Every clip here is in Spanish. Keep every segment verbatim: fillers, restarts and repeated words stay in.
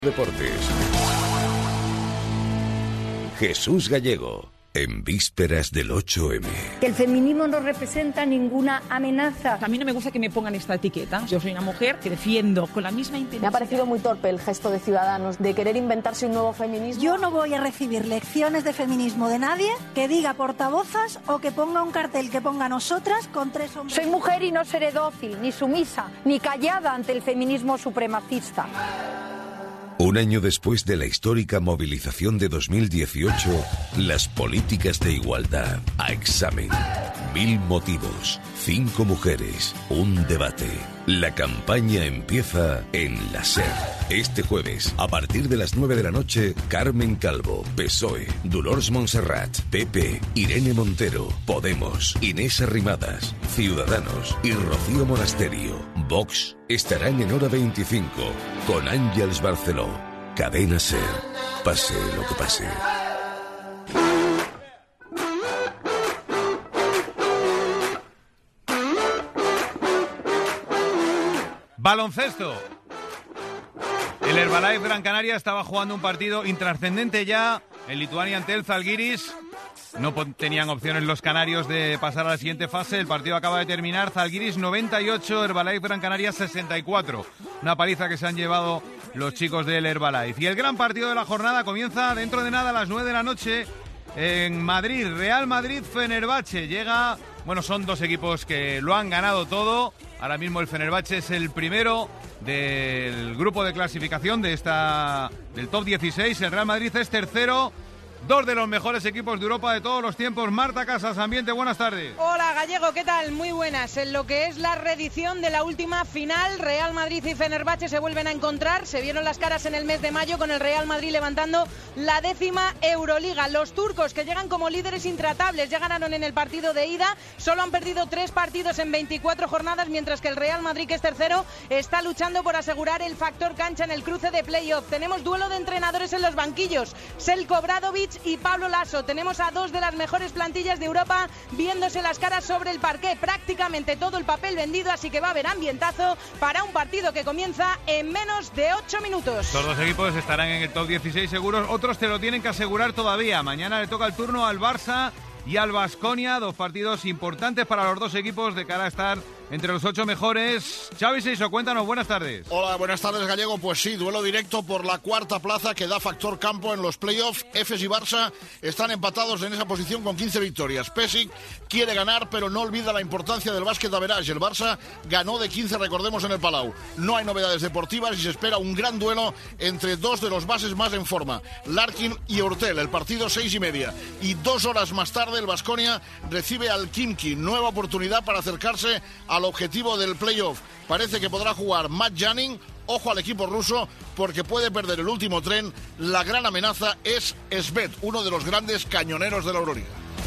Deportes. Jesús Gallego, en vísperas del ocho eme. Que el feminismo no representa ninguna amenaza. A mí no me gusta que me pongan esta etiqueta. Yo soy una mujer que defiendo con la misma intensidad. Me ha parecido muy torpe el gesto de Ciudadanos de querer inventarse un nuevo feminismo. Yo no voy a recibir lecciones de feminismo de nadie que diga portavozas o que ponga un cartel que ponga nosotras con tres hombres. Soy mujer y no seré dócil, ni sumisa, ni callada ante el feminismo supremacista. Un año después de la histórica movilización de dos mil dieciocho, las políticas de igualdad a examen. Mil motivos, cinco mujeres, un debate. La campaña empieza en la SER. Este jueves, a partir de las nueve de la noche, Carmen Calvo, P S O E, Dolors Montserrat, P P, Irene Montero, Podemos, Inés Arrimadas, Ciudadanos y Rocío Monasterio. Vox estarán en Hora veinticinco con Àngels Barceló. Cadena SER. Pase lo que pase. Baloncesto. El Herbalife Gran Canaria estaba jugando un partido intrascendente ya. En Lituania ante el Zalgiris. No tenían opciones los canarios de pasar a la siguiente fase. El partido acaba de terminar. Zalgiris noventa y ocho, Herbalife Gran Canaria sesenta y cuatro. Una paliza que se han llevado los chicos del Herbalife. Y el gran partido de la jornada comienza dentro de nada a las nueve de la noche en Madrid. Real Madrid-Fenerbahce. Llega, bueno, son dos equipos que lo han ganado todo. Ahora mismo el Fenerbahce es el primero del grupo de clasificación de esta del top dieciséis. El Real Madrid es tercero. Dos de los mejores equipos de Europa de todos los tiempos. Marta Casas, Ambiente, buenas tardes. Hola Gallego, ¿qué tal? Muy buenas. En lo que es la reedición de la última final, Real Madrid y Fenerbahce se vuelven a encontrar. Se vieron las caras en el mes de mayo con el Real Madrid levantando la décima Euroliga. Los turcos, que llegan como líderes intratables, ya ganaron en el partido de ida. Solo han perdido tres partidos en veinticuatro jornadas, mientras que el Real Madrid, que es tercero, está luchando por asegurar el factor cancha en el cruce de playoff. Tenemos duelo de entrenadores en los banquillos. Selko Obradovic y Pablo Lasso. Tenemos a dos de las mejores plantillas de Europa viéndose las caras sobre el parqué. Prácticamente todo el papel vendido, así que va a haber ambientazo para un partido que comienza en menos de ocho minutos. Estos dos equipos estarán en el top dieciséis seguros. Otros te lo tienen que asegurar todavía. Mañana le toca el turno al Barça y al Baskonia. Dos partidos importantes para los dos equipos de cara a estar entre los ocho mejores. Xavi Seiso, cuéntanos, buenas tardes. Hola, buenas tardes, Gallego. Pues sí, duelo directo por la cuarta plaza que da factor campo en los playoffs. Efes y Barça están empatados en esa posición con quince victorias. Pesic quiere ganar, pero no olvida la importancia del básquet average. El Barça ganó de quince, recordemos, en el Palau. No hay novedades deportivas y se espera un gran duelo entre dos de los bases más en forma, Larkin y Hurtel. El partido seis y media. Y dos horas más tarde el Baskonia recibe al Khimki. Nueva oportunidad para acercarse al objetivo del playoff. Parece que podrá jugar Matt Janning. Ojo al equipo ruso porque puede perder el último tren. La gran amenaza es Svet, uno de los grandes cañoneros de la Euroliga.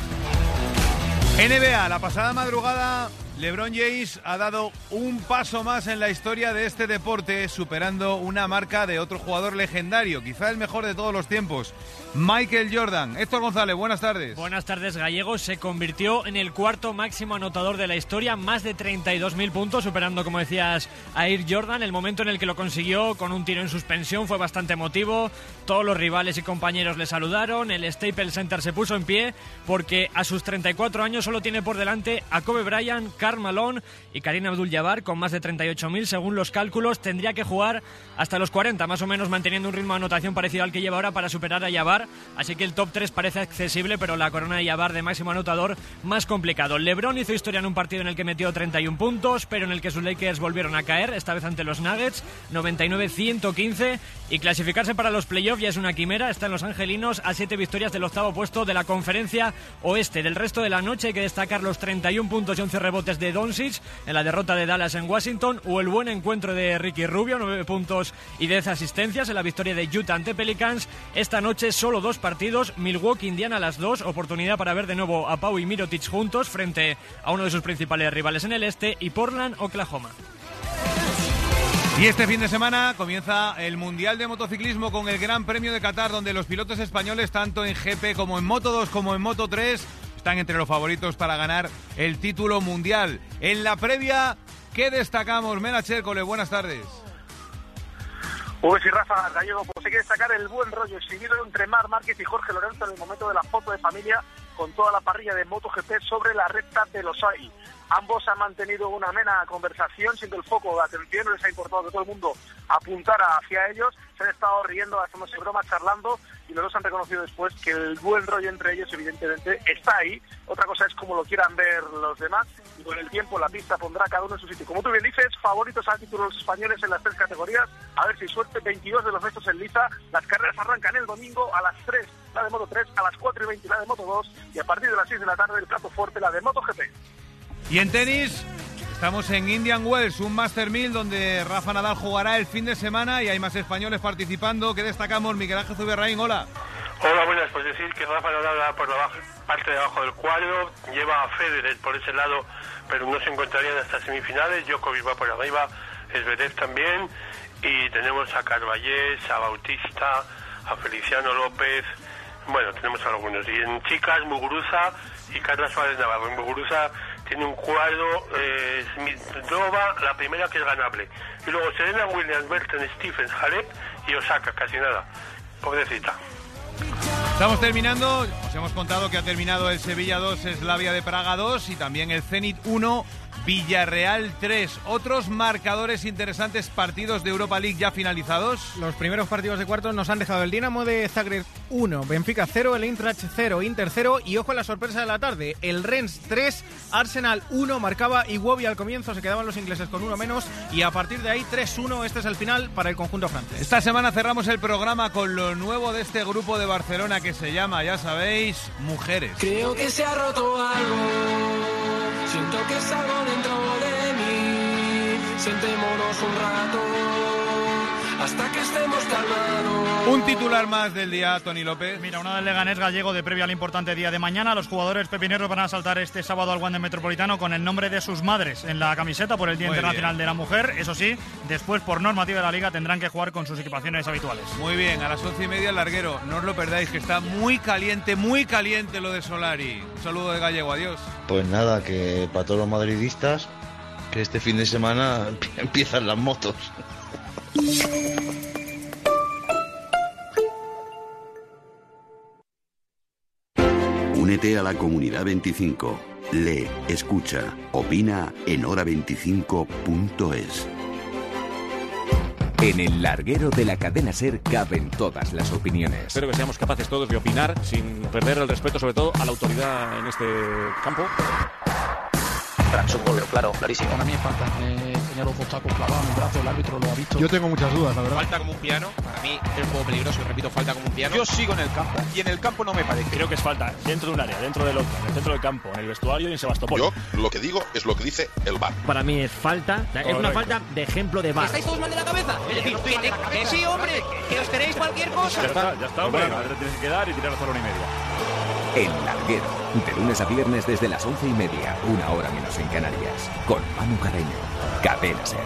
N B A, la pasada madrugada LeBron James ha dado un paso más en la historia de este deporte, superando una marca de otro jugador legendario, quizá el mejor de todos los tiempos, Michael Jordan. Héctor González, buenas tardes. Buenas tardes, Gallego. Se convirtió en el cuarto máximo anotador de la historia, más de treinta y dos mil puntos, superando, como decías, a Air Jordan. El momento en el que lo consiguió con un tiro en suspensión fue bastante emotivo. Todos los rivales y compañeros le saludaron. El Staples Center se puso en pie porque a sus treinta y cuatro años solo tiene por delante a Kobe Bryant, Karl Malone y Kareem Abdul-Jabbar con más de treinta y ocho mil. Según los cálculos, tendría que jugar hasta los cuarenta, más o menos, manteniendo un ritmo de anotación parecido al que lleva ahora para superar a Jabbar. Así que el top tres parece accesible, pero la corona de Jabbar de máximo anotador más complicado. LeBron hizo historia en un partido en el que metió treinta y uno puntos, pero en el que sus Lakers volvieron a caer, esta vez ante los Nuggets, noventa y nueve a ciento quince, y clasificarse para los playoffs ya es una quimera. Están los angelinos a siete victorias del octavo puesto de la conferencia oeste. Del resto de la noche hay que destacar los treinta y uno puntos y once rebotes de Doncic en la derrota de Dallas en Washington, o el buen encuentro de Ricky Rubio, nueve puntos y diez asistencias en la victoria de Utah ante Pelicans. Esta noche solo dos partidos, Milwaukee, Indiana a las dos, oportunidad para ver de nuevo a Pau y Mirotic juntos frente a uno de sus principales rivales en el este, y Portland, Oklahoma. Y este fin de semana comienza el Mundial de Motociclismo con el Gran Premio de Qatar, donde los pilotos españoles, tanto en G P como en Moto dos como en Moto tres, están entre los favoritos para ganar el título mundial. En la previa, ¿qué destacamos? Mena Chércole, buenas tardes. Pues y Rafa Gallego, pues hay que destacar el buen rollo exhibido entre Marc Márquez y Jorge Lorenzo en el momento de la foto de familia con toda la parrilla de MotoGP sobre la recta de Losail. Ambos han mantenido una amena conversación, siendo el foco de atención, no les ha importado que todo el mundo apuntara hacia ellos, se han estado riendo, haciéndose broma, charlando, y los dos han reconocido después que el buen rollo entre ellos evidentemente está ahí. Otra cosa es cómo lo quieran ver los demás, y con el tiempo la pista pondrá cada uno en su sitio. Como tú bien dices, favoritos al título los españoles en las tres categorías, a ver si suerte, veintidós de los nuestros en liza. Las carreras arrancan el domingo a las tres, la de Moto tres, a las cuatro y veinte la de Moto dos, y a partir de las seis de la tarde el plato fuerte, la de MotoGP. Y en tenis, estamos en Indian Wells, un Master mil donde Rafa Nadal jugará el fin de semana y hay más españoles participando. ¿Qué destacamos? Miguel Ángel Zuberraín, hola. Hola, buenas. Pues decir que Rafa Nadal va por la parte de abajo del cuadro, lleva a Federer por ese lado, pero no se encontrarían hasta semifinales. Djokovic va por arriba, Zverev también, y tenemos a Carballés, a Bautista, a Feliciano López. Bueno, tenemos algunos. Y en chicas, Muguruza y Carla Suárez Navarro. En Muguruza tiene un cuadro, eh, Smith-Drova, la primera que es ganable. Y luego Serena Williams, Berten, Stephens, Halep y Osaka, casi nada. Pobrecita. Estamos terminando, os hemos contado que ha terminado el Sevilla dos, Slavia de Praga dos y también el Zenit uno, Villarreal tres. Otros marcadores interesantes, partidos de Europa League ya finalizados. Los primeros partidos de cuartos nos han dejado el Dinamo de Zagreb uno, Benfica cero, el Eintracht cero, Inter cero y ojo a la sorpresa de la tarde, el Rennes tres, Arsenal uno, marcaba Iwobi al comienzo, se quedaban los ingleses con uno menos y a partir de ahí tres uno, este es el final para el conjunto francés. Esta semana cerramos el programa con lo nuevo de este grupo de Barcelona que se llama, ya sabéis, Mujeres. Creo que se ha roto algo, siento que es algo dentro de mí, sentémonos un rato hasta que estemos calmados. Un titular más del día, Toni López. Mira, una del Leganés gallego de previa al importante día de mañana. Los jugadores pepineros van a saltar este sábado al Wanda Metropolitano con el nombre de sus madres en la camiseta por el Día Muy Internacional bien. de la Mujer. Eso sí, después por normativa de la Liga tendrán que jugar con sus equipaciones habituales. Muy bien, a las once y media el larguero. No os lo perdáis, que está muy caliente, muy caliente lo de Solari. Un saludo de gallego, adiós. Pues nada, que para todos los madridistas, que este fin de semana empiezan las motos. Únete a la Comunidad veinticinco. Lee, escucha, opina en hora veinticinco punto es. En el larguero de la cadena SER caben todas las opiniones. Espero que seamos capaces todos de opinar sin perder el respeto, sobre todo, a la autoridad en este campo. Es un gol, claro, clarísimo. Para mí es falta. Eh, tenía los dos tacos clavados en el brazo, el árbitro lo ha visto. Yo tengo muchas dudas, la verdad. Falta como un piano. Para mí es un juego peligroso y repito, falta como un piano. Yo sigo en el campo y en el campo no me parece. Creo que es falta dentro de un área, dentro del otro, en el centro del campo, en el vestuario y en Sebastopol. Yo lo que digo es lo que dice el V A R. Para mí es falta, es Correcto. Una falta de ejemplo de V A R. ¿Estáis todos mal de la cabeza? Es decir, que, te, que sí, hombre, que os queréis cualquier cosa. Ya está, ya está, hombre. Bueno, tienes que quedar y tirar hasta la una y media. El larguero, de lunes a viernes desde las once y media, una hora menos en Canarias, con Manu Carreño, Cadena SER.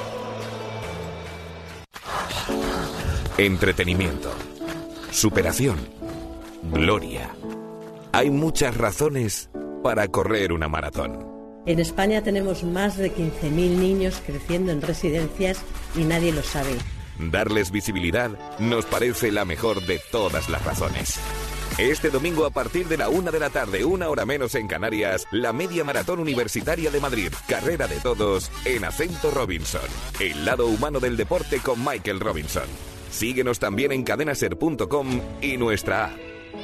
Entretenimiento, superación, gloria. Hay muchas razones para correr una maratón. En España tenemos más de quince mil niños creciendo en residencias y nadie lo sabe. Darles visibilidad nos parece la mejor de todas las razones. Este domingo a partir de la una de la tarde, una hora menos en Canarias, la Media Maratón Universitaria de Madrid. Carrera de todos en Acento Robinson. El lado humano del deporte con Michael Robinson. Síguenos también en cadenaser punto com y nuestra app.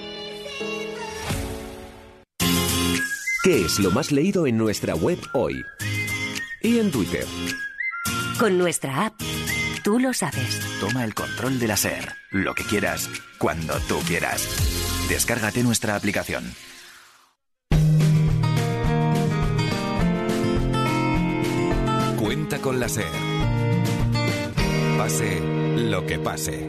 ¿Qué es lo más leído en nuestra web hoy? Y en Twitter. Con nuestra app, tú lo sabes. Toma el control de la SER. Lo que quieras, cuando tú quieras. Descárgate nuestra aplicación. Cuenta con la SER. Pase lo que pase.